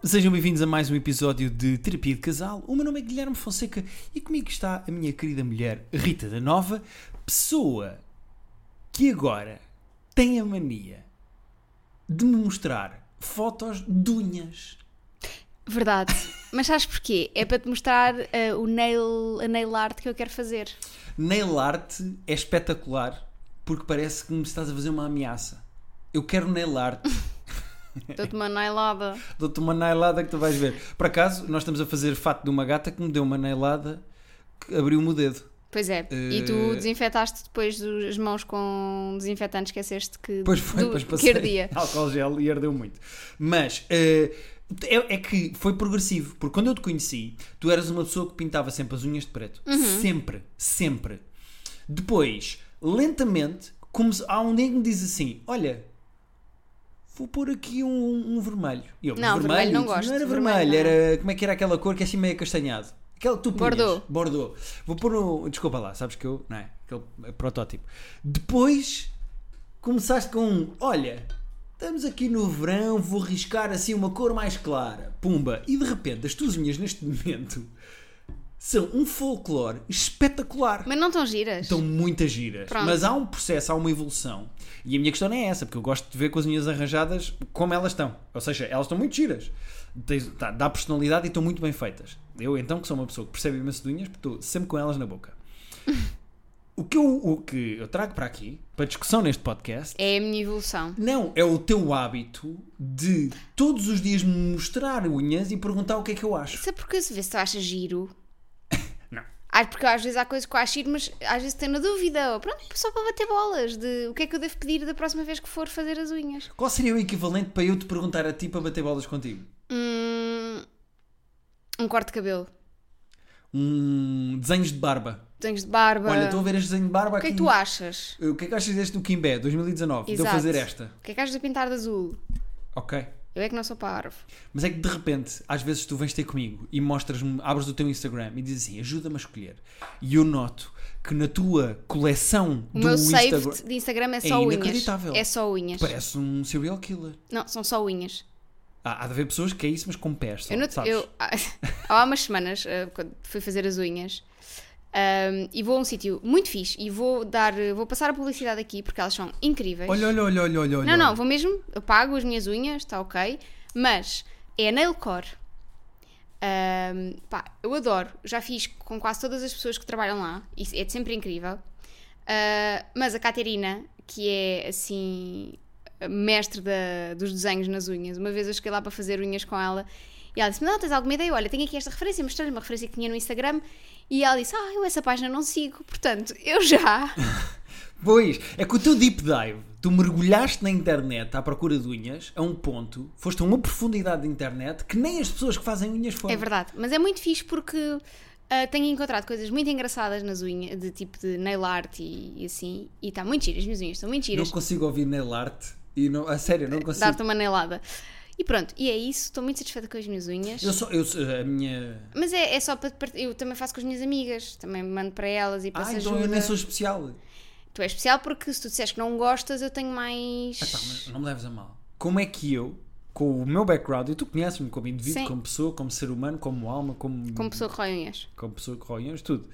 Sejam bem-vindos a mais um episódio de Terapia de Casal. O meu nome é Guilherme Fonseca e comigo está a minha querida mulher Rita da Nova, pessoa que agora tem a mania de me mostrar fotos de unhas. Verdade, mas sabes porquê? É para te mostrar a nail art que eu quero fazer. Nail art é espetacular porque parece que me estás a fazer uma ameaça. Eu quero nail art. Dou-te uma nailada. Dou-te uma nailada que tu vais ver. Por acaso, nós estamos a fazer fato de uma gata que me deu uma nailada que abriu-me o dedo. Pois é, e tu desinfetaste depois as mãos com desinfetante, esqueceste que, pois que ardia. Álcool gel e ardeu muito. Mas é que foi progressivo, porque quando eu te conheci, tu eras uma pessoa que pintava sempre as unhas de preto. Sempre. Depois, lentamente, há um dia que me diz assim, olha, vou pôr aqui um vermelho. Eu, não, vermelho não gosto. Não era vermelho, era, como é que era aquela cor que é assim meio acastanhado? Aquela que tu punhas. Bordeaux. Vou pôr desculpa lá, sabes que eu, não é? Aquele protótipo. Depois, começaste com olha, estamos aqui no verão, vou riscar assim uma cor mais clara. Pumba. E de repente, as tuas unhas neste momento são um folclore espetacular. Mas não estão giras? Estão muitas giras. Pronto. Mas há um processo, há uma evolução. E a minha questão não é essa, porque eu gosto de ver com as unhas arranjadas como elas estão. Ou seja, elas estão muito giras. Dá personalidade e estão muito bem feitas. Eu, então, que sou uma pessoa que percebe imenso de unhas, porque estou sempre com elas na boca. O que eu trago para aqui, para discussão neste podcast... É a minha evolução. Não, é o teu hábito de todos os dias me mostrar unhas e perguntar o que é que eu acho. Isso é porque se vê se tu achas giro... Não. Porque às vezes há coisas que eu acho giro, mas às vezes tenho na dúvida. Pronto, só para bater bolas de o que é que eu devo pedir da próxima vez que for fazer as unhas. Qual seria o equivalente para eu te perguntar a ti para bater bolas contigo? Um corte de cabelo. Desenhos de barba. Desenhos de barba. Olha, estou a ver este desenho de barba aqui. O que é que tu achas? O que é que achas deste do Kimbé, 2019? Exato. De eu fazer esta? O que é que achas de pintar de azul? Ok. Eu é que não sou parvo. Mas é que de repente, às vezes tu vens ter comigo e mostras-me, abres o teu Instagram e dizes assim, ajuda-me a escolher. E eu noto que na tua coleção o do meu Instagram... save de Instagram é só unhas. Inacreditável. É só unhas. Parece um serial killer. Não, são só unhas. Há de haver pessoas que é isso, mas com pés só, sabes? Há umas semanas, quando fui fazer as unhas, e vou a um sítio muito fixe e vou passar a publicidade aqui porque elas são incríveis. Olha. Não, vou mesmo, eu pago as minhas unhas, está ok, mas é a Nailcore. Eu adoro, já fiz com quase todas as pessoas que trabalham lá, isso é sempre incrível. Mas a Caterina, que é assim mestre dos desenhos nas unhas, uma vez eu cheguei lá para fazer unhas com ela e ela disse-me, não, tens alguma ideia? Olha, tenho aqui esta referência, mostrei-lhe uma referência que tinha no Instagram e ela disse, eu essa página não sigo, portanto, eu já... Pois, é que o teu deep dive, tu mergulhaste na internet à procura de unhas a um ponto, foste a uma profundidade de internet que nem as pessoas que fazem unhas foram. É verdade, mas é muito fixe porque tenho encontrado coisas muito engraçadas nas unhas, de tipo de nail art e assim, e está muito giro, as minhas unhas estão muito giras. Não consigo ouvir nail art e não, a sério, não consigo. Dar-te uma nailada. E pronto, e é isso, estou muito satisfeita com as minhas unhas. A minha... Mas é só para... Eu também faço com as minhas amigas, também mando para elas e peço ajuda. Então eu nem sou especial. Tu és especial porque se tu disseres que não gostas, eu tenho mais... mas não me leves a mal. Como é que eu, com o meu background, e tu conheces-me como indivíduo, Sim. como pessoa, como ser humano, como alma, como pessoa que rói unhas. Como pessoa que rói unhas, tudo.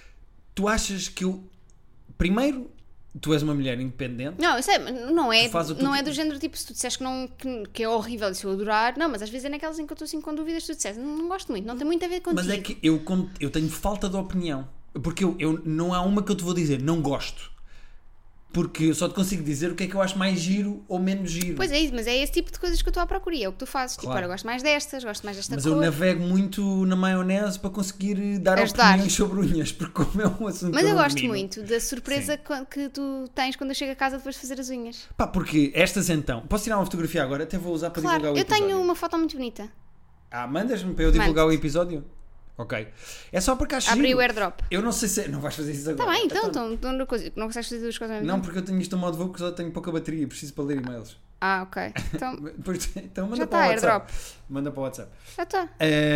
Tu achas que eu... Primeiro, tu és uma mulher independente. Não, eu sei, não é do que... género tipo, se tu disseres que é horrível e se eu adorar, não, mas às vezes é naquelas em que eu estou assim com dúvidas, tu disseres, não gosto muito, não tem muito a ver contigo. Mas é que eu tenho falta de opinião, porque eu não há uma que eu te vou dizer, não gosto. Porque eu só te consigo dizer o que é que eu acho mais giro ou menos giro. Pois é isso, mas é esse tipo de coisas que eu estou à procura, é o que tu fazes. Claro. Tipo, olha, eu gosto mais destas, gosto mais desta mas cor. Mas eu navego muito na maionese para conseguir dar opiniões sobre unhas, porque como é um assunto mas que eu gosto domino. muito da surpresa que tu tens quando eu chego a casa depois de fazer as unhas. Porque estas então... Posso tirar uma fotografia agora? Até vou usar para divulgar o episódio. Claro, eu tenho uma foto muito bonita. Mandas-me para eu divulgar o episódio? Ok. É só porque acho Abri o airdrop. Eu não sei se... Não vais fazer isso agora. Está bem, então não consegues fazer duas coisas ao mesmo Não, tempo? porque eu tenho isto a modo voo que só tenho pouca bateria e preciso para ler e-mails. Ok. Então manda já para o WhatsApp. airdrop. Manda para o WhatsApp. Já está.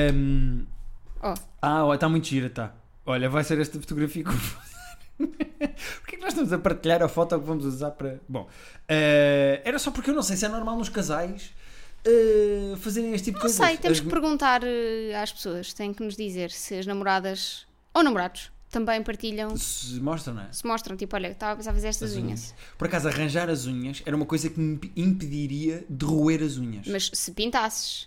Está muito gira, está. Olha, vai ser esta fotografia que Porquê que nós estamos a partilhar a foto que vamos usar para... Bom, era só porque eu não sei se é normal nos casais fazerem este tipo de Não coisas. sei, temos que perguntar às pessoas. Têm que nos dizer se as namoradas ou namorados também partilham. Se mostram, não é? Se mostram, tipo, olha, estava a pensar fazer estas unhas. Por acaso, arranjar as unhas era uma coisa que me impediria de roer as unhas. Mas se pintasses.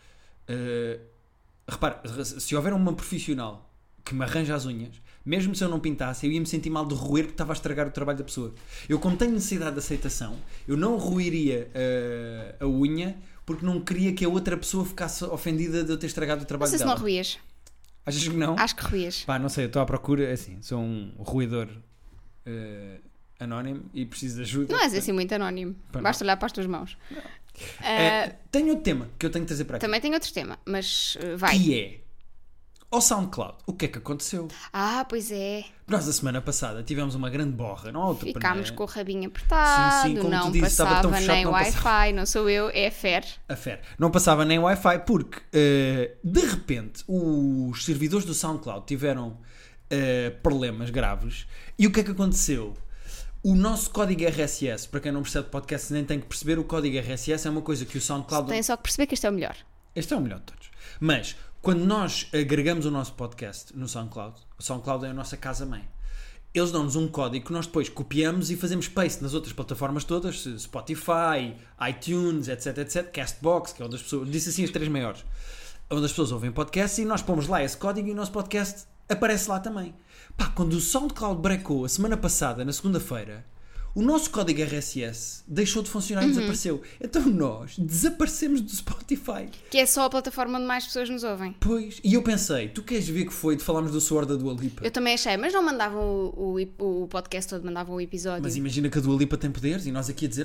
Repara, se houver uma profissional que me arranja as unhas, mesmo se eu não pintasse, eu ia me sentir mal de roer porque estava a estragar o trabalho da pessoa. Eu, como tenho necessidade de aceitação, eu não roeria a unha porque não queria que a outra pessoa ficasse ofendida de eu ter estragado o trabalho dela. Não sei se não roias. Achas que não? Acho que roias. Pá, não sei, eu estou à procura, assim, sou um roedor anónimo e preciso de ajuda. Não és assim muito anónimo. Basta olhar para as tuas mãos. Tenho outro tema que eu tenho que trazer para aqui. Também tenho outro tema, mas vai. Que é ao SoundCloud. O que é que aconteceu? Pois é. Nós, a semana passada, tivemos uma grande borra, não há outro. Ficámos com o rabinho apertado, sim, como não tu dizes, estava tão passava fechado, nem não Wi-Fi, não sou eu, é a Fer. A Fer. Não passava nem Wi-Fi porque, de repente, os servidores do SoundCloud tiveram problemas graves. E o que é que aconteceu? O nosso código RSS, para quem não percebe podcast nem tem que perceber, o código RSS é uma coisa que o SoundCloud... Tem só que perceber que este é o melhor. Este é o melhor de todos. Mas, quando nós agregamos o nosso podcast no SoundCloud, o SoundCloud é a nossa casa-mãe. Eles dão-nos um código que nós depois copiamos e fazemos paste nas outras plataformas todas, Spotify, iTunes, etc, Castbox, que é onde as pessoas... Disse assim as 3 maiores. Onde as pessoas ouvem podcast e nós pomos lá esse código e o nosso podcast aparece lá também. Pá, quando o SoundCloud breakou a semana passada, na segunda-feira, o nosso código RSS deixou de funcionar e desapareceu. Então nós desaparecemos do Spotify. Que é só a plataforma onde mais pessoas nos ouvem. Pois, e eu pensei, tu queres ver que foi de falarmos do suor da Dua Lipa? Eu também achei, mas não mandavam o podcast todo, mandavam o episódio. Mas imagina que a Dua Lipa tem poderes e nós aqui a dizer,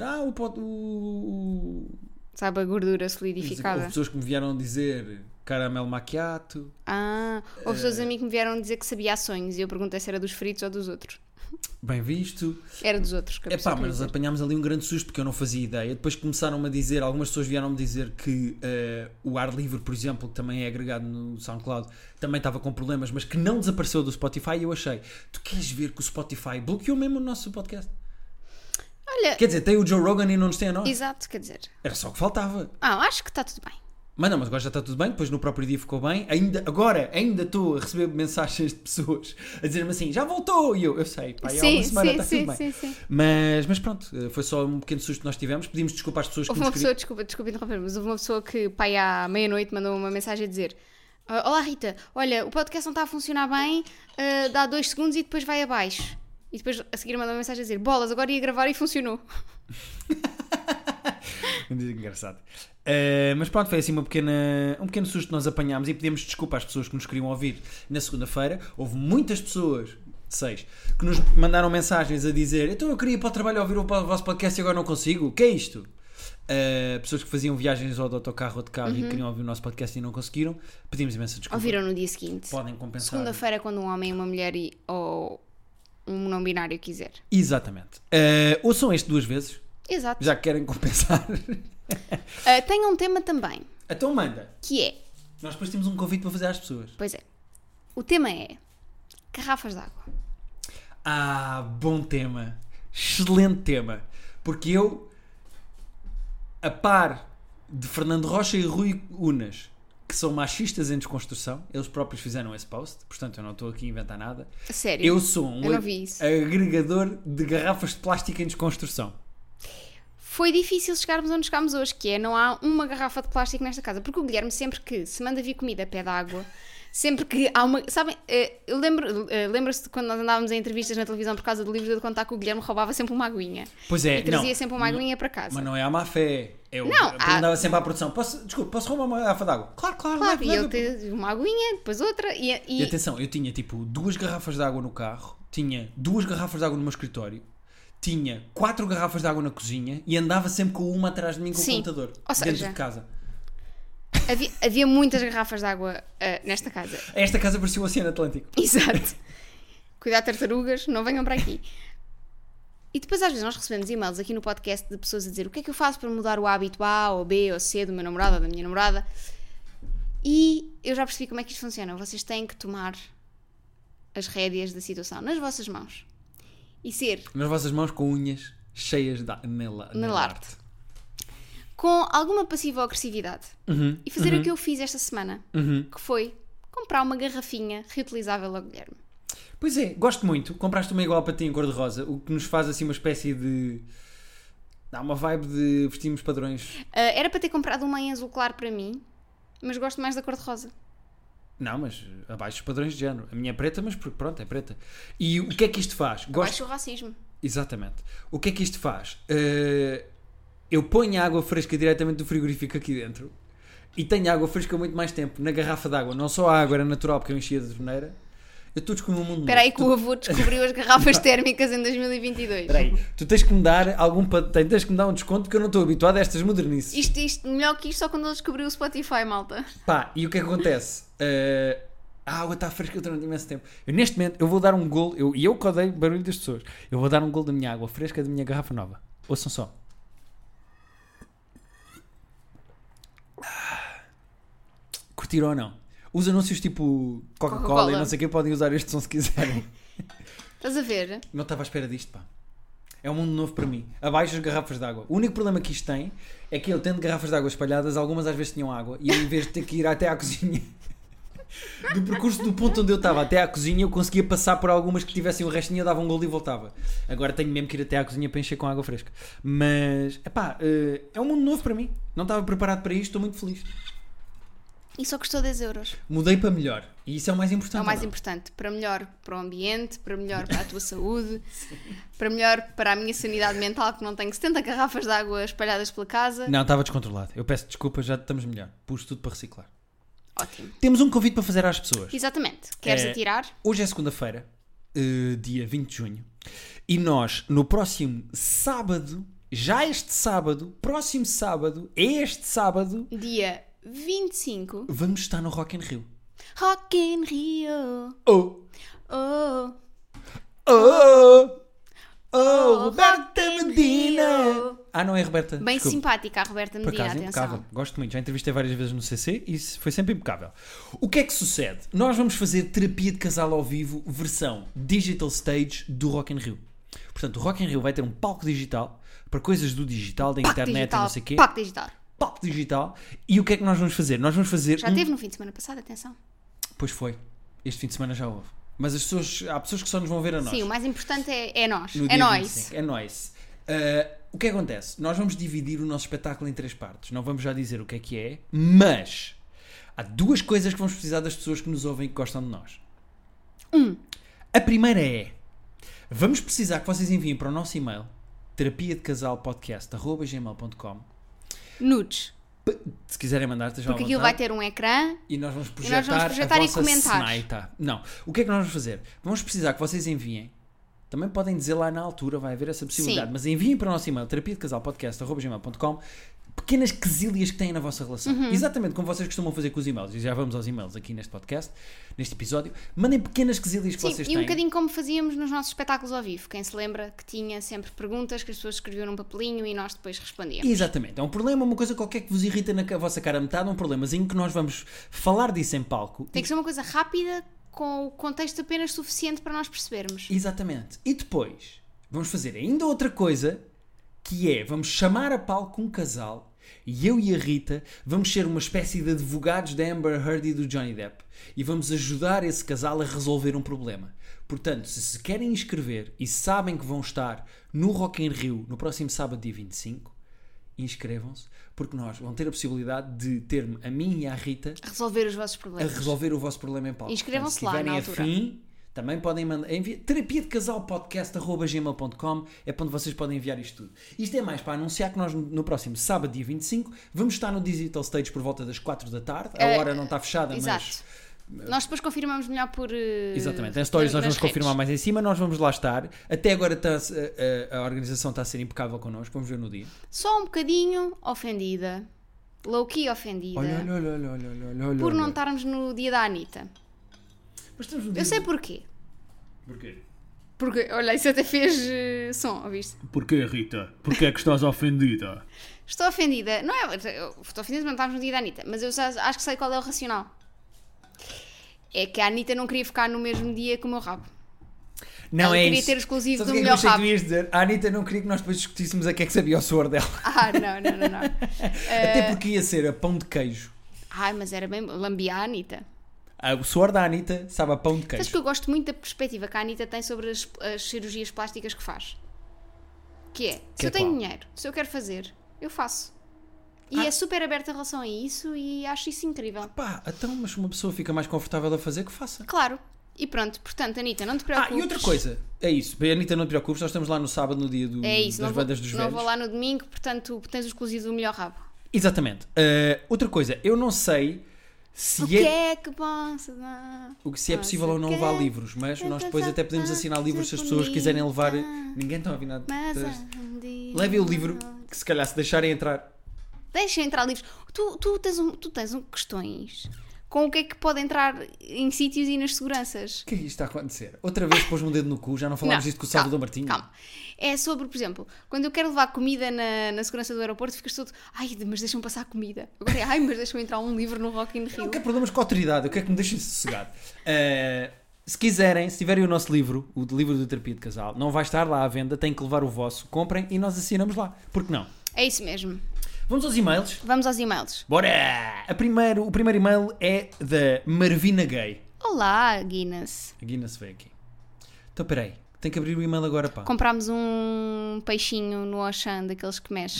sabe, a gordura solidificada. Houve pessoas que me vieram dizer caramelo macchiato. Houve pessoas a mim que me vieram dizer que sabia a sonhos e eu perguntei se era dos fritos ou dos outros. Bem visto. Era dos outros. Mas apanhámos ali um grande susto porque eu não fazia ideia. Depois começaram-me a dizer, algumas pessoas vieram-me dizer que o Ar Livre, por exemplo, que também é agregado no SoundCloud, também estava com problemas, mas que não desapareceu do Spotify. E eu achei, tu queres ver que o Spotify bloqueou mesmo o nosso podcast? Olha, quer dizer, tem o Joe Rogan e não nos tem a nós. Exato, quer dizer. Era só o que faltava. Acho que está tudo bem. Mas agora já está tudo bem, depois no próprio dia ficou bem. Ainda estou a receber mensagens de pessoas a dizer-me assim, já voltou! E eu sei, pá, há uma semana está tudo bem. Sim. Mas pronto, foi só um pequeno susto que nós tivemos. Pedimos desculpa às pessoas que nos queriam. Desculpa interromper, mas houve uma pessoa que, pai, à meia-noite mandou uma mensagem a dizer: olá Rita, olha, o podcast não está a funcionar bem, dá 2 segundos e depois vai abaixo. E depois a seguir mandou uma mensagem a dizer: bolas, agora ia gravar e funcionou. Engraçado. Mas pronto, foi assim um pequeno susto que nós apanhámos e pedimos desculpa às pessoas que nos queriam ouvir na segunda-feira. Houve muitas pessoas, 6, que nos mandaram mensagens a dizer: então eu queria ir para o trabalho ouvir o vosso podcast e agora não consigo. O que é isto? Pessoas que faziam viagens ou de autocarro ou de carro e queriam ouvir o nosso podcast e não conseguiram. Pedimos imensa desculpa. Ouviram no dia seguinte. Podem compensar. Segunda-feira, quando um homem, uma mulher ou um não binário quiser. Exatamente. Ouçam este 2 vezes. Exato. Já que querem compensar. Tenho um tema também. Então manda. Que é... Nós depois temos um convite para fazer às pessoas. Pois é. O tema é garrafas de água. Bom tema. Excelente tema. Porque eu, a par de Fernando Rocha e Rui Unas, que são machistas em desconstrução, eles próprios fizeram esse post, portanto eu não estou aqui a inventar nada. Sério? Eu sou um agregador de garrafas de plástico em desconstrução. Foi difícil chegarmos onde chegámos hoje, que é, não há uma garrafa de plástico nesta casa, porque o Guilherme sempre que se manda vir comida pede água, sempre que há uma... Sabem, lembra-se de quando nós andávamos em entrevistas na televisão por causa do livro de contar que o Guilherme roubava sempre uma aguinha. Pois é, e trazia sempre uma aguinha para casa. Mas não é à má fé. Eu andava sempre à produção. Posso roubar uma garrafa de água? Claro. E ele teve uma aguinha, depois outra. E atenção, eu tinha tipo 2 garrafas de água no carro, tinha 2 garrafas de água no meu escritório, tinha 4 garrafas de água na cozinha e andava sempre com uma atrás de mim com o computador. Ou seja, dentro de casa. Havia muitas garrafas de água nesta casa. Esta casa parecia o Oceano Atlântico. Exato. Cuidado, tartarugas, não venham para aqui. E depois às vezes nós recebemos e-mails aqui no podcast de pessoas a dizer: o que é que eu faço para mudar o hábito A ou B ou C do meu namorado ou da minha namorada? E eu já percebi como é que isto funciona. Vocês têm que tomar as rédeas da situação nas vossas mãos. E ser... Nas vossas mãos com unhas cheias de nail art. com alguma passiva agressividade e fazer o que eu fiz esta semana, que foi comprar uma garrafinha reutilizável ao Guilherme. Pois é, gosto muito. Compraste uma igual para ti em cor-de-rosa, o que nos faz assim uma espécie de... dá uma vibe de vestimos padrões. Era para ter comprado uma em azul claro para mim, mas gosto mais da cor-de-rosa. Não, mas abaixo os padrões de género. A minha é preta, mas pronto, é preta. E o que é que isto faz? Abaixo o racismo. Exatamente. O que é que isto faz? Eu ponho a água fresca diretamente do frigorífico aqui dentro e tenho água fresca muito mais tempo na garrafa de água. Não só a água era natural porque eu enchia da torneira. Eu estou descobrindo um mundo novo. Espera aí que o avô descobriu as garrafas térmicas em 2022. Espera aí, tu tens que me dar tens que me dar um desconto porque eu não estou habituado a estas modernices. Isto, melhor que isto, só quando ele descobriu o Spotify, malta. Pá, e o que é que acontece? A água está fresca durante imenso tempo. Eu neste momento, eu vou dar um golo, eu que odeio barulho das pessoas, eu vou dar um golo da minha água fresca da minha garrafa nova. Ouçam só. Curtiram ou não? Os anúncios tipo Coca-Cola e não sei o que podem usar este som se quiserem. Estás a ver? Não estava à espera disto, pá. É um mundo novo para mim. Abaixo as garrafas de água. O único problema que isto tem é que eu tendo garrafas de água espalhadas, algumas às vezes tinham água e eu, em vez de ter que ir até à cozinha, do percurso do ponto onde eu estava até à cozinha, eu conseguia passar por algumas que tivessem o restinho, eu dava um golo e voltava. Agora tenho mesmo que ir até à cozinha para encher com água fresca. Mas, epá, é um mundo novo para mim. Não estava preparado para isto, estou muito feliz. E só custou 10 euros. Mudei para melhor. E isso é o mais importante. É o mais importante. Para melhor para o ambiente, para melhor para a tua saúde, para melhor para a minha sanidade mental, que não tenho 70 garrafas de água espalhadas pela casa. Não, estava descontrolado. Eu peço desculpa, já estamos melhor. Pus tudo para reciclar. Ótimo. Temos um convite para fazer às pessoas. Exatamente. Queres atirar? Hoje é segunda-feira, dia 20 de junho. E nós, no próximo sábado, próximo sábado, este sábado... Dia 25. Vamos estar no Rock in Rio. Rock in Rio. Oh. Oh. Oh. Oh. Roberta Medina. Não é Roberta. Bem desculpa. Simpática a Roberta Medina, por acaso, atenção. Impecável. Gosto muito. Já entrevistei várias vezes no CC e isso foi sempre impecável. O que é que sucede? Nós vamos fazer terapia de casal ao vivo, versão Digital Stage do Rock in Rio. Portanto, o Rock in Rio vai ter um palco digital para coisas do digital, da internet e não sei o quê. Palco digital. Palco digital. E o que é que nós vamos fazer? Nós vamos fazer... Já teve no fim de semana passado, atenção. Pois foi. Este fim de semana já houve. Mas há pessoas que só nos vão ver a nós. Sim, o mais importante é nós. É nós. É nós. O que acontece? Nós vamos dividir o nosso espetáculo em 3 partes. Não vamos já dizer o que é, mas há 2 coisas que vamos precisar das pessoas que nos ouvem e que gostam de nós. A primeira é: vamos precisar que vocês enviem para o nosso e-mail terapiadecasalpodcast@gmail.com nudes. Se quiserem mandar, estejam porque aquilo vai ter um ecrã e nós vamos projetar, a vossa e comentar. Senaita. Não. O que é que nós vamos fazer? Vamos precisar que vocês enviem. Também podem dizer lá na altura, vai haver essa possibilidade. Sim. Mas enviem para o nosso e-mail terapiadecasalpodcast@gmail.com pequenas quesilhas que têm na vossa relação. Exatamente como vocês costumam fazer com os e-mails. E já vamos aos e-mails aqui neste podcast, neste episódio. Mandem pequenas quesilhas que vocês têm. E um bocadinho como fazíamos nos nossos espetáculos ao vivo. Quem se lembra que tinha sempre perguntas que as pessoas escreviam num papelinho e nós depois respondíamos. Exatamente. É um problema, uma coisa qualquer que vos irrita na vossa cara a metade, um problemazinho que nós vamos falar disso em palco. Tem que ser uma coisa rápida, com o contexto apenas suficiente para nós percebermos. Exatamente. E depois vamos fazer ainda outra coisa, que é, vamos chamar a palco um casal e eu e a Rita vamos ser uma espécie de advogados da Amber Heard e do Johnny Depp e vamos ajudar esse casal a resolver um problema. Portanto, se querem inscrever e sabem que vão estar no Rock in Rio no próximo sábado, dia 25, inscrevam-se, porque nós vamos ter a possibilidade de ter a mim e à Rita a resolver os vossos problemas. A resolver o vosso problema em palco. Inscrevam-se lá na altura. Afim, também podem mandar terapia de casal podcast@gmail.com, é para onde vocês podem enviar isto tudo. Isto é mais para anunciar que nós no próximo sábado, dia 25, vamos estar no Digital Stage por volta das 4 da tarde. A hora não está fechada, exato. Mas... Nós depois confirmamos melhor por... Exatamente, em stories nós vamos confirmar mais em cima, nós vamos lá estar. Até agora a organização está a ser impecável connosco, vamos ver no dia. Só um bocadinho ofendida, low-key ofendida, olha, por não estarmos no dia da Anitta. Mas estamos no dia... Eu sei porquê. Porquê? Porque, olha, isso até fez som, ouviste? Porquê, Rita? Porquê é que estás ofendida? Estou ofendida, não é? Estou ofendida porque não estávamos no dia da Anitta, mas eu acho que sei qual é o racional. É que a Anitta não queria ficar no mesmo dia que o meu rabo. Não ela é queria isso. ter o exclusivo Sabes do o que melhor é que eu achei que rabo. tu ias dizer? A Anitta não queria que nós depois discutíssemos a que é que sabia o suor dela. Não. Até porque ia ser a pão de queijo. Ai, mas era bem... Lambia a Anitta. O suor da Anitta sabe a pão de queijo. Sabes que eu gosto muito da perspectiva que a Anitta tem sobre as cirurgias plásticas que faz. Que é, se eu tenho dinheiro, se eu quero fazer, eu faço. E é super aberta em relação a isso e acho isso incrível. Pá, então, mas uma pessoa fica mais confortável a fazer, que faça. Claro. E pronto, portanto, Anitta, não te preocupes. E outra coisa, é isso. Anitta, não te preocupes, nós estamos lá no sábado, no dia das bandas dos velhos. Não vou lá no domingo, portanto, tens o exclusivo do melhor rabo. Exatamente. Outra coisa, eu não sei se o que é que posso dar? Se é possível ou não levar livros, mas nós depois até podemos assinar livros se as pessoas quiserem levar. Ninguém está a ouvir nada. Levem o livro, que se calhar se deixarem entrar. Deixem entrar livros. Tu tens questões com o que é que pode entrar em sítios e nas seguranças. O que é que isto está a acontecer? Outra vez pôs-me um dedo no cu, já não falámos disto com o Salvador Martinho? Calma. É sobre, por exemplo, quando eu quero levar comida na segurança do aeroporto, ficas todo, ai, mas deixam-me passar comida. Agora é, ai, mas deixam-me entrar um livro no Rock in Rio. Não quero problemas com a autoridade, eu quero que me deixem sossegado. Se quiserem, se tiverem o nosso livro, o livro do Terapia de Casal, não vai estar lá à venda, têm que levar o vosso, comprem e nós assinamos lá. Por que não? É isso mesmo. Vamos aos e-mails? Vamos aos e-mails. Bora! O primeiro e-mail é da Marvina Gay. Olá, Guinness. A Guinness veio aqui. Então, peraí, tenho que abrir o e-mail agora, pá. Comprámos um peixinho no Auchan, daqueles que mexe.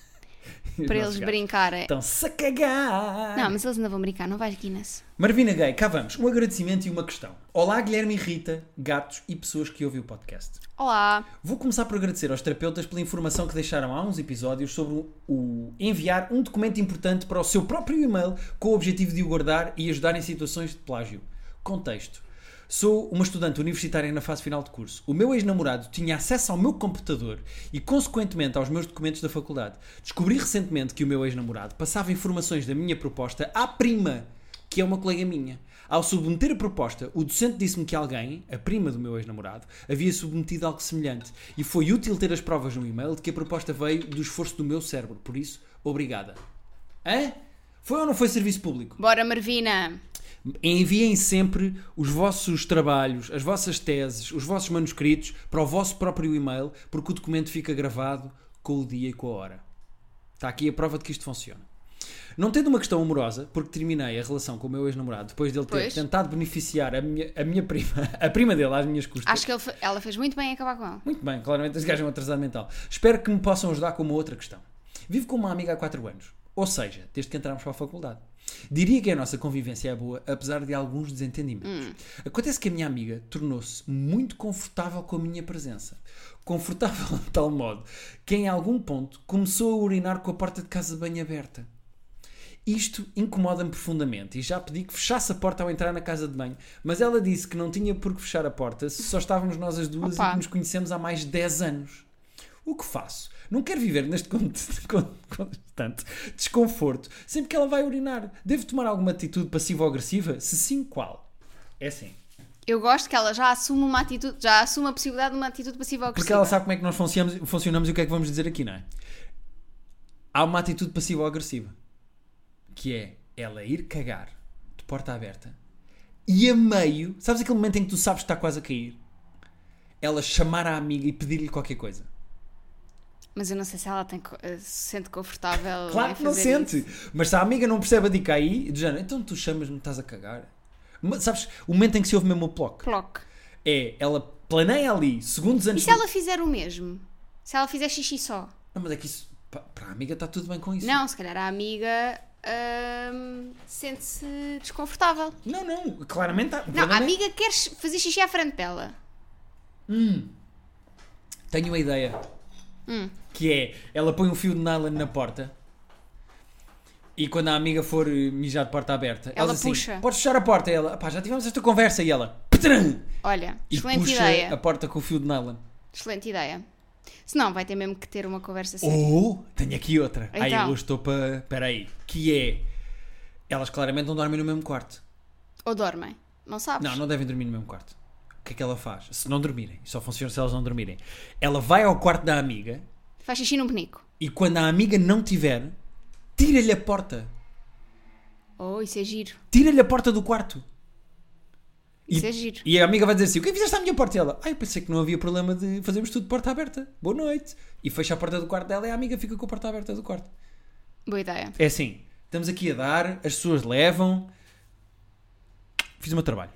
Para eles brincarem. Estão-se a cagar! Não, mas eles ainda vão brincar, não vais, Guinness? Marvina Gay, cá vamos. Um agradecimento e uma questão. Olá, Guilherme e Rita, gatos e pessoas que ouvem o podcast. Olá. Vou começar por agradecer aos terapeutas pela informação que deixaram há uns episódios sobre o enviar um documento importante para o seu próprio e-mail com o objetivo de o guardar e ajudar em situações de plágio. Contexto. Sou uma estudante universitária na fase final de curso. O meu ex-namorado tinha acesso ao meu computador e, consequentemente, aos meus documentos da faculdade. Descobri recentemente que o meu ex-namorado passava informações da minha proposta à prima, que é uma colega minha. Ao submeter a proposta, o docente disse-me que alguém, a prima do meu ex-namorado, havia submetido algo semelhante. E foi útil ter as provas no e-mail de que a proposta veio do esforço do meu cérebro. Por isso, obrigada. Hã? Foi ou não foi serviço público? Bora, Marvina! Enviem sempre os vossos trabalhos, as vossas teses, os vossos manuscritos para o vosso próprio e-mail, porque o documento fica gravado com o dia e com a hora. Está aqui a prova de que isto funciona. Não tendo uma questão amorosa, porque terminei a relação com o meu ex-namorado depois dele ter tentado beneficiar a minha prima, a prima dele às minhas custas. Acho que ela fez muito bem em acabar com ele. Muito bem, claramente esse gajo é um atrasado mental. Espero que me possam ajudar com uma outra questão. Vivo com uma amiga há 4 anos, ou seja, desde que entramos para a faculdade. Diria que a nossa convivência é boa, apesar de alguns desentendimentos. Acontece que a minha amiga tornou-se muito confortável com a minha presença. Confortável de tal modo que em algum ponto começou a urinar com a porta de casa de banho aberta. Isto incomoda-me profundamente e já pedi que fechasse a porta ao entrar na casa de banho, mas ela disse que não tinha por que fechar a porta se só estávamos nós as duas e que nos conhecemos há mais de 10 anos. O que faço? Não quero viver neste constante desconforto sempre que ela vai urinar. Devo tomar alguma atitude passiva ou agressiva? Se sim, qual? É assim. Eu gosto que ela já assume uma atitude, já assume a possibilidade de uma atitude passiva ou agressiva. Porque ela sabe como é que nós funcionamos e o que é que vamos dizer aqui, não é? Há uma atitude passiva ou agressiva, que é ela ir cagar de porta aberta e a meio, sabes aquele momento em que tu sabes que está quase a cair? Ela chamar a amiga e pedir-lhe qualquer coisa. Mas eu não sei se ela se sente confortável. Claro que não sente. Isso. Mas se a amiga não percebe a dica aí, de género, então tu chamas-me, estás a cagar. Mas, sabes, o momento em que se ouve mesmo o ploc. É, ela planeia ali, segundos antes... E se ela fizer o mesmo? Se ela fizer xixi só? Não, mas é que isso, para a amiga está tudo bem com isso. Não, se calhar a amiga sente-se desconfortável. Não, claramente está... Não, a amiga quer fazer xixi à frente dela. Tenho uma ideia. Que é, ela põe um fio de nylon na porta e quando a amiga for mijar de porta aberta, ela puxa. Assim, podes fechar a porta. E ela, pá, já tivemos esta conversa. E ela, olha, e excelente puxa ideia. A porta com o fio de nylon. Excelente ideia. Senão vai ter mesmo que ter uma conversa séria. Ou, tenho aqui outra. Então. Aí eu estou para... Espera aí. Que é, elas claramente não dormem no mesmo quarto. Ou dormem, não sabes? Não devem dormir no mesmo quarto. O que é que ela faz? Se não dormirem, só funciona se elas não dormirem. Ela vai ao quarto da amiga, faz xixi num penico. E quando a amiga não tiver, tira-lhe a porta. Oh, isso é giro. Tira-lhe a porta do quarto. Isso é giro. E a amiga vai dizer assim: o que é que fizeste à minha porta? E ela: eu pensei que não havia problema de fazermos tudo de porta aberta. Boa noite. E fecha a porta do quarto dela e a amiga fica com a porta aberta do quarto. Boa ideia. É assim: estamos aqui a dar, as pessoas levam. Fiz o meu trabalho.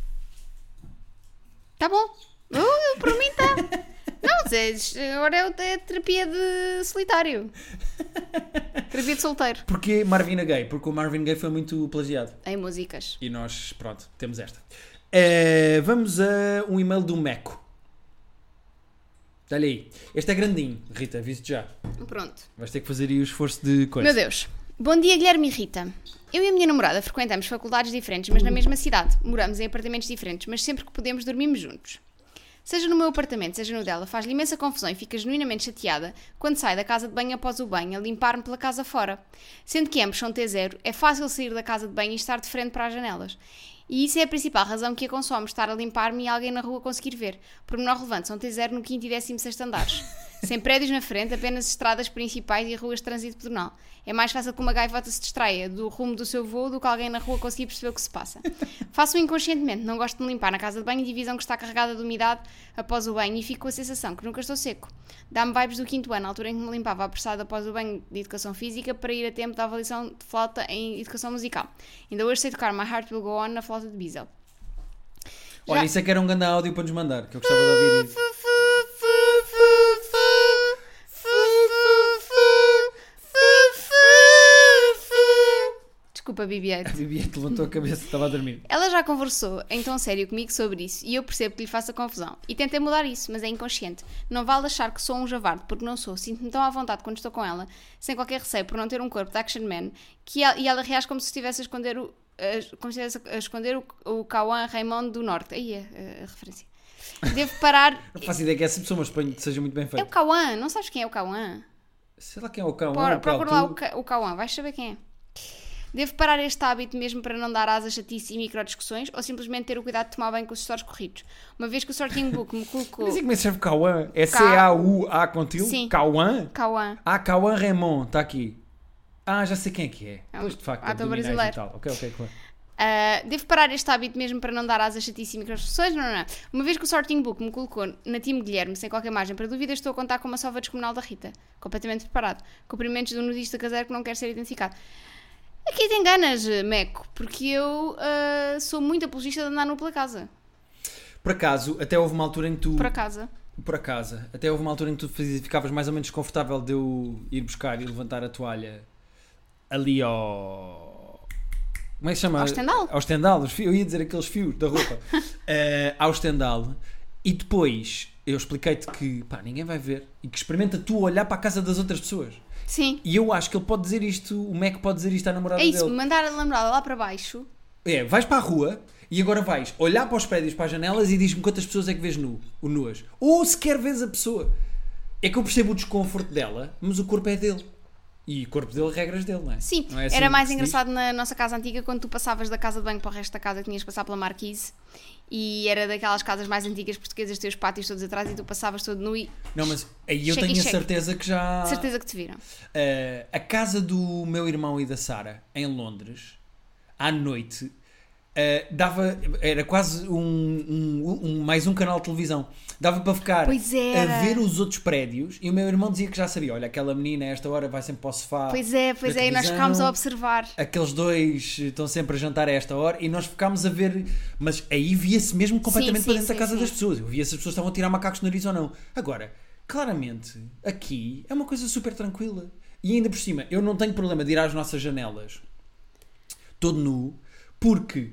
Tá bom. Por mim tá. Não, agora é terapia de solitário. Terapia de solteiro. Porquê Marvin Gaye? Porque o Marvin Gaye foi muito plagiado. Em músicas. E nós, pronto, temos esta. Vamos a um e-mail do Meco. Olha aí. Este é grandinho, Rita, aviso-te já. Pronto. Vais ter que fazer aí o esforço de coisa. Meu Deus. Bom dia, Guilherme e Rita. Eu e a minha namorada frequentamos faculdades diferentes, mas na mesma cidade. Moramos em apartamentos diferentes, mas sempre que podemos dormimos juntos. Seja no meu apartamento, seja no dela, faz-lhe imensa confusão e fica genuinamente chateada quando sai da casa de banho após o banho a limpar-me pela casa fora. Sendo que ambos são T0, é fácil sair da casa de banho e estar de frente para as janelas. E isso é a principal razão que a consome, estar a limpar-me e alguém na rua conseguir ver. Pormenor relevante, são T0 no 5º e 16º andares. Sem prédios na frente, apenas estradas principais e ruas de trânsito pedonal. É mais fácil que uma gaivota se distraia do rumo do seu voo do que alguém na rua conseguir perceber o que se passa. Faço-o inconscientemente, não gosto de me limpar na casa de banho e divisão que está carregada de umidade após o banho e fico com a sensação que nunca estou seco. Dá-me vibes do 5º ano, a altura em que me limpava apressado após o banho de educação física para ir a tempo da avaliação de flauta em educação musical. Ainda hoje sei tocar My Heart Will Go On na flauta de Biesel. Olha, isso é que era um grande áudio para nos mandar, que eu gostava de ouvir isso. Desculpa, Bibiette. A Bibiette levantou a cabeça, estava a dormir. Ela já conversou em tom sério comigo sobre isso e eu percebo que lhe faça confusão. E tentei mudar isso, mas é inconsciente. Não vale achar que sou um javarde, porque não sou. Sinto-me tão à vontade quando estou com ela, sem qualquer receio por não ter um corpo de action man, e ela reage como se estivesse a esconder o Cauã Raymond do Norte. Aí é a referência. Devo parar... Não faço ideia que é essa pessoa, mas suponho que seja muito bem feito. É o Cauã, não sabes quem é o Cauã? Sei lá quem é o Cauã. Procura lá o Cauã, vais saber quem é. Devo parar este hábito mesmo para não dar asas a chatice e microdiscussões ou simplesmente ter o cuidado de tomar bem com os stores corridos? Uma vez que o Sorting Book me colocou... Mas é como é que se chama Cauã? É C-A-U-A contigo? Sim. Cauã? Cauã. Cauã Raymond, está aqui. Já sei quem é que é. Pois de facto, ator brasileiro. E tal. Ok, claro. Devo parar este hábito mesmo para não dar asas a chatice e microdiscussões? Não. Uma vez que o Sorting Book me colocou na Team Guilherme, sem qualquer margem para dúvida, estou a contar com uma sova descomunal da Rita. Completamente preparado. Cumprimentos do nudista caseiro que não quer ser identificado. Aqui te enganas, Meco, porque eu sou muito apologista de andar nu pela casa. Por acaso, até houve uma altura em que tu... Por acaso. Até houve uma altura em que tu ficavas mais ou menos desconfortável de eu ir buscar e levantar a toalha ali ao... Como é que se chama? Ao estendal. Ao estendal. Eu ia dizer aqueles fios da roupa. Ao estendal. E depois eu expliquei-te que ninguém vai ver e que experimenta tu olhar para a casa das outras pessoas. Sim. E eu acho que ele pode dizer isto, o Mac pode dizer isto à namorada dele. É isso, mandar a namorada lá para baixo. Vais para a rua e agora vais olhar para os prédios, para as janelas e diz-me quantas pessoas é que vês nuas. Ou sequer vês a pessoa. É que eu percebo o desconforto dela, mas o corpo é dele. E o corpo dele, regras dele, não é? Sim, não é assim era mais engraçado na nossa casa antiga quando tu passavas da casa de banho para o resto da casa que tinhas que passar pela marquise e era daquelas casas mais antigas portuguesas, teus pátios todos atrás e tu passavas todo nu e... Não, mas aí eu tenho a certeza que já... Certeza que te viram. A casa do meu irmão e da Sara, em Londres, à noite... era quase mais um canal de televisão. Dava para ficar a ver os outros prédios e o meu irmão dizia que já sabia. Olha, aquela menina a esta hora vai sempre para o sofá. Pois é, e nós ficámos a observar. Aqueles dois estão sempre a jantar a esta hora e nós ficámos a ver. Mas aí via-se mesmo completamente para dentro da casa das pessoas. Eu via se as pessoas estavam a tirar macacos no nariz ou não. Agora, claramente, aqui é uma coisa super tranquila. E ainda por cima, eu não tenho problema de ir às nossas janelas todo nu, porque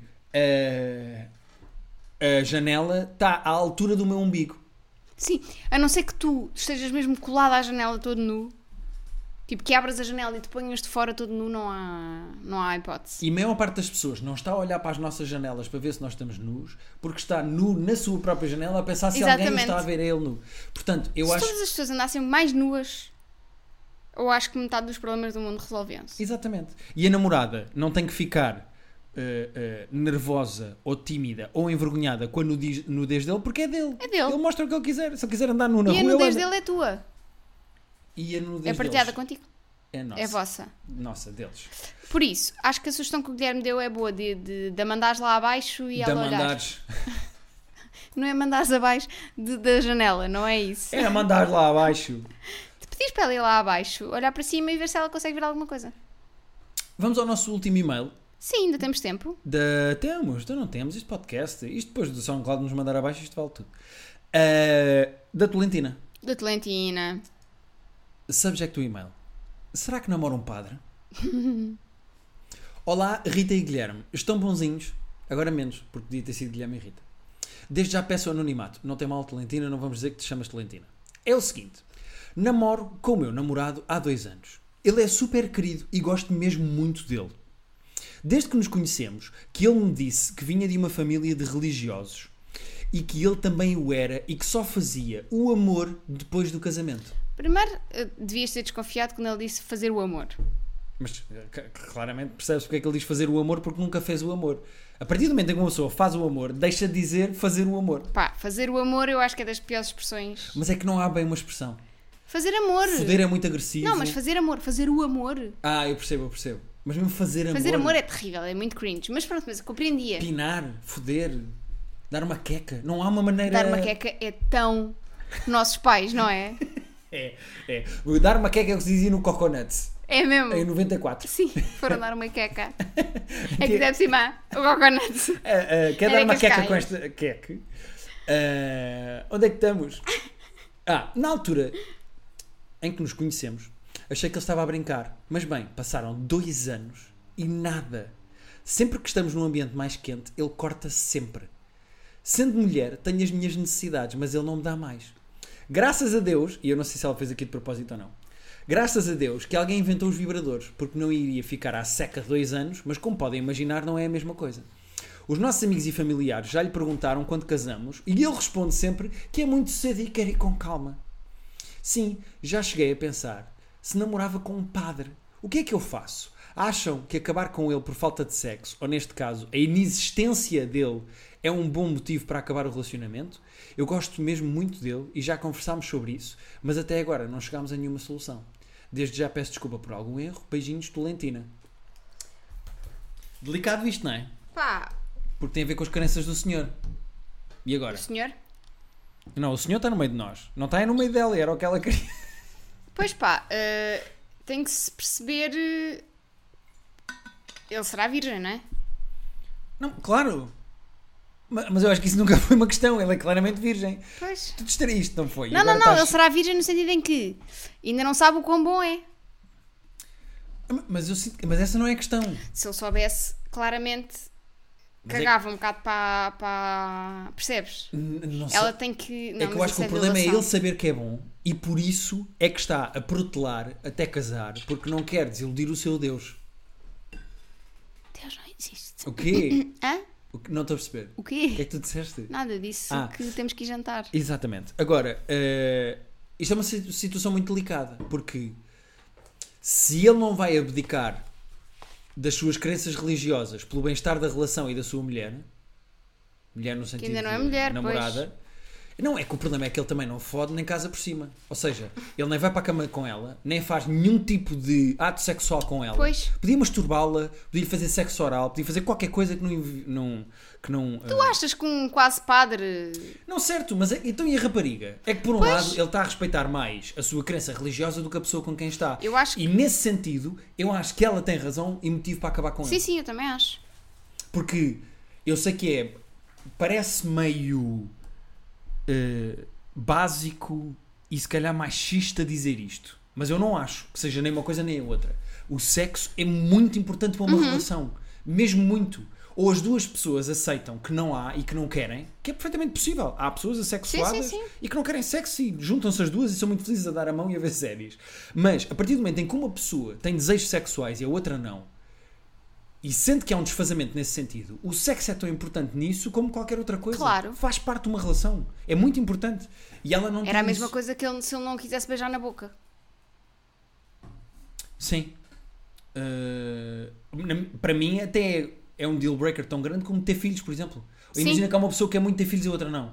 a janela está à altura do meu umbigo. Sim, a não ser que tu estejas mesmo colado à janela todo nu, tipo que abras a janela e te ponhas de fora todo nu, não há hipótese. E a maior parte das pessoas não está a olhar para as nossas janelas para ver se nós estamos nus, porque está nu na sua própria janela a pensar se alguém está a ver ele nu. Portanto, eu acho... Se todas as pessoas andassem mais nuas, eu acho que metade dos problemas do mundo resolviam-se. Exatamente. E a namorada não tem que ficar nervosa ou tímida ou envergonhada com a nudez dele, porque é dele. É dele. Ele mostra o que ele quiser. Se ele quiser andar nu na rua, e a nudez dele é tua. E a nudez é partilhada deles contigo. é nossa. É vossa. Nossa, deles. Por isso, acho que a sugestão que o Guilherme deu é boa, de mandares lá abaixo e ela olhar. Mandares... Não é mandares abaixo da janela, não é isso? É mandares lá abaixo. De pedires para ela ir lá abaixo, olhar para cima e ver se ela consegue ver alguma coisa. Vamos ao nosso último e-mail. Sim, ainda temos tempo. Temos, então não temos este podcast. Isto depois do SoundCloud nos mandar abaixo, isto vale tudo. Da Tolentina. Da Tolentina. Subject do e-mail. Será que namora um padre? Olá, Rita e Guilherme. Estão bonzinhos? Agora menos, porque podia ter sido Guilherme e Rita. Desde já peço o anonimato. Não tem mal, Tolentina, não vamos dizer que te chamas Tolentina. É o seguinte. Namoro com o meu namorado há 2 anos. Ele é super querido e gosto mesmo muito dele. Desde que nos conhecemos, que ele me disse que vinha de uma família de religiosos e que ele também o era e que só fazia o amor depois do casamento. Primeiro, devias ter desconfiado quando ele disse fazer o amor. Mas claramente percebes porque é que ele diz fazer o amor, porque nunca fez o amor. A partir do momento em que uma pessoa faz o amor, deixa de dizer fazer o amor. Pá, fazer o amor eu acho que é das piores expressões. Mas é que não há bem uma expressão. Fazer amor. Foder é muito agressivo. Não, mas fazer amor, fazer o amor. Eu percebo. Mas mesmo fazer amor... Fazer amor é terrível, é muito cringe. Mas pronto, mas eu compreendia. Pinar, foder, dar uma queca. Não há uma maneira... Dar uma queca é tão... Nossos pais, não é? É. Dar uma queca é o que se dizia no Coconuts. É mesmo? Em 94. Sim, foram dar uma queca. É que deve cima o Coconuts. Quer dar uma queca com esta queca? Onde é que estamos? Na altura em que nos conhecemos, achei que ele estava a brincar. Mas bem, passaram 2 anos e nada. Sempre que estamos num ambiente mais quente, ele corta sempre. Sendo mulher, tenho as minhas necessidades, mas ele não me dá mais. Graças a Deus, e eu não sei se ela fez aqui de propósito ou não, graças a Deus que alguém inventou os vibradores, porque não iria ficar à seca 2 anos, mas como podem imaginar, não é a mesma coisa. Os nossos amigos e familiares já lhe perguntaram quando casamos e ele responde sempre que é muito cedo e quer ir com calma. Sim, já cheguei a pensar, se namorava com um padre, o que é que eu faço? Acham que acabar com ele por falta de sexo, ou neste caso, a inexistência dele, é um bom motivo para acabar o relacionamento? Eu gosto mesmo muito dele e já conversámos sobre isso, mas até agora não chegámos a nenhuma solução. Desde já peço desculpa por algum erro. Beijinhos, Tolentina. Delicado isto, não é? Pá. Porque tem a ver com as crenças do senhor. E agora? O senhor? Não, o senhor está no meio de nós. Não está aí no meio dela, era o que ela queria. Pois pá, tem que se perceber... Ele será virgem, não é? Não, claro. Mas eu acho que isso nunca foi uma questão. Ele é claramente virgem. Pois. Tu distraíste, não foi? Não, ele será virgem no sentido em que ainda não sabe o quão bom é. Mas essa não é a questão. Se ele soubesse, claramente cagava um bocado para... Percebes? Não sei. Ela tem que... Não, é que eu acho que o problema é ele saber que é bom e por isso é que está a protelar até casar, porque não quer desiludir o seu Deus. Deus não existe. O quê? Hã? Não estou a perceber. O quê? O que é que tu disseste? Nada, disse que temos que ir jantar. Exatamente. Agora, isto é uma situação muito delicada, porque se ele não vai abdicar das suas crenças religiosas pelo bem-estar da relação e da sua mulher no sentido que ainda não é mulher, de namorada, pois. Não, é que o problema é que ele também não fode nem casa por cima. Ou seja, ele nem vai para a cama com ela, nem faz nenhum tipo de ato sexual com ela. Pois. Podia masturbá-la, podia fazer sexo oral, podia fazer qualquer coisa que não Tu achas que um quase padre... Não, certo, mas então e a rapariga? É que por um lado ele está a respeitar mais a sua crença religiosa do que a pessoa com quem está. Eu acho que... E nesse sentido, eu acho que ela tem razão e motivo para acabar com ele. Sim, eu também acho. Porque eu sei que parece meio básico e se calhar machista dizer isto, mas eu não acho que seja nem uma coisa nem a outra. O sexo é muito importante para uma relação, mesmo muito. Ou as duas pessoas aceitam que não há e que não querem, que é perfeitamente possível. Há pessoas assexuadas e que não querem sexo e juntam-se as duas e são muito felizes a dar a mão e a ver séries. Mas a partir do momento em que uma pessoa tem desejos sexuais e a outra não, e sente que há um desfazamento nesse sentido, o sexo é tão importante nisso como qualquer outra coisa. Claro. Faz parte de uma relação. É muito importante. E ela não Era a mesma isso. coisa que ele, se ele não quisesse beijar na boca. Sim. Para mim até é um deal breaker tão grande como ter filhos, por exemplo. Imagina que há uma pessoa que quer muito ter filhos e a outra não.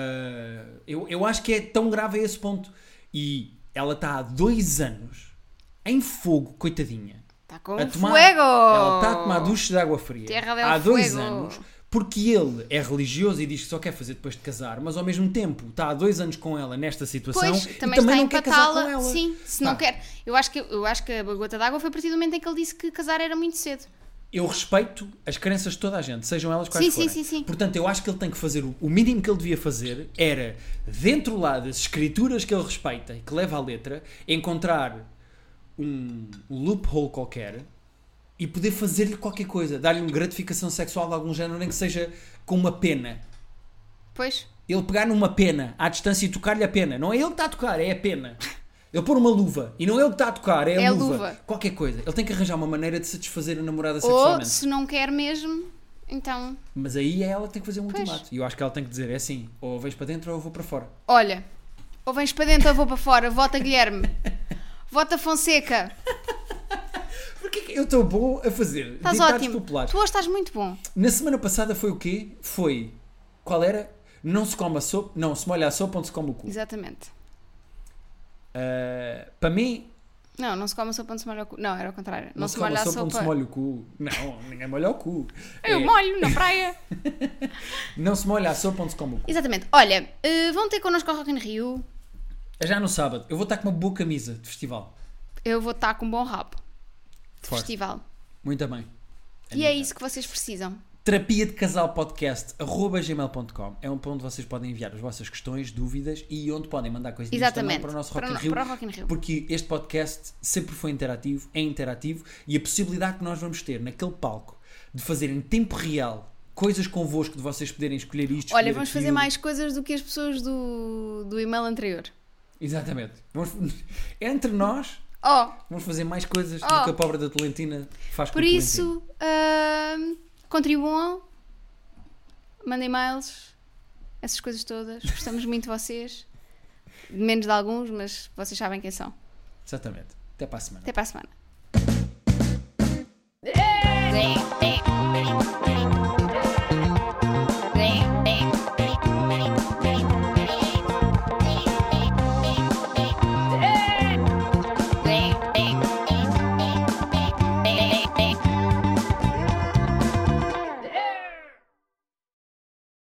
Eu acho que é tão grave a esse ponto. E ela está há 2 anos em fogo, coitadinha. Está com fuego! Ela está a tomar duche de água fria há 2 anos, porque ele é religioso e diz que só quer fazer depois de casar, mas ao mesmo tempo está há 2 anos com ela nesta situação pois, e também não quer casar com ela. Sim, se não quer. Eu acho que a gota d'água foi a partir do momento em que ele disse que casar era muito cedo. Eu respeito as crenças de toda a gente, sejam elas quais forem. Sim. Portanto, eu acho que ele tem que fazer o mínimo que ele devia fazer era, dentro lá das escrituras que ele respeita e que leva à letra, encontrar um loophole qualquer e poder fazer-lhe qualquer coisa, dar-lhe uma gratificação sexual de algum género, nem que seja com uma pena. Pois. Ele pegar numa pena à distância e tocar-lhe a pena. Não é ele que está a tocar, é a pena. Ele pôr uma luva e não é ele que está a tocar, é a luva. Qualquer coisa. Ele tem que arranjar uma maneira de satisfazer a namorada sexualmente. Ou, se não quer mesmo, então... Mas aí é ela que tem que fazer um ultimato. E eu acho que ela tem que dizer, é assim, ou vens para dentro ou eu vou para fora. Olha, ou vens para dentro ou eu vou para fora. Vota Guilherme. Vota Fonseca. Porquê que eu estou bom a fazer Estás ditados ótimo. populares? Tu hoje estás muito bom. Na semana passada foi o quê? Foi, qual era? Não se come a sopa, não se molha a sopa onde se come o cu. Exatamente. Para mim... Não se come a sopa onde se molha o cu. Não, era ao contrário. Não se come a sopa onde se molha o cu. Não, ninguém molha o cu. Eu molho na praia. Não se molha a sopa onde se come o cu. Exatamente. Olha, vão ter connosco ao Rock in Rio. É já no sábado. Eu vou estar com uma boa camisa de festival. Eu vou estar com um bom rabo de Forte. festival. Muito bem. E é isso que vocês precisam. Terapia de Casal Podcast @gmail.com é onde vocês podem enviar as vossas questões, dúvidas e onde podem mandar coisinhas também para o nosso Rock in Rio. Porque este podcast sempre foi interativo, é interativo e a possibilidade que nós vamos ter naquele palco de fazer em tempo real coisas convosco, de vocês poderem escolher isto. Olha, vamos fazer mais coisas do que as pessoas do e-mail anterior. Exatamente. Entre nós, vamos fazer mais coisas do que a pobre da Tolentina faz com Por isso, contribuam, mandem e-mails, essas coisas todas. Gostamos muito de vocês. Menos de alguns, mas vocês sabem quem são. Exatamente. Até para a semana. Até para a semana.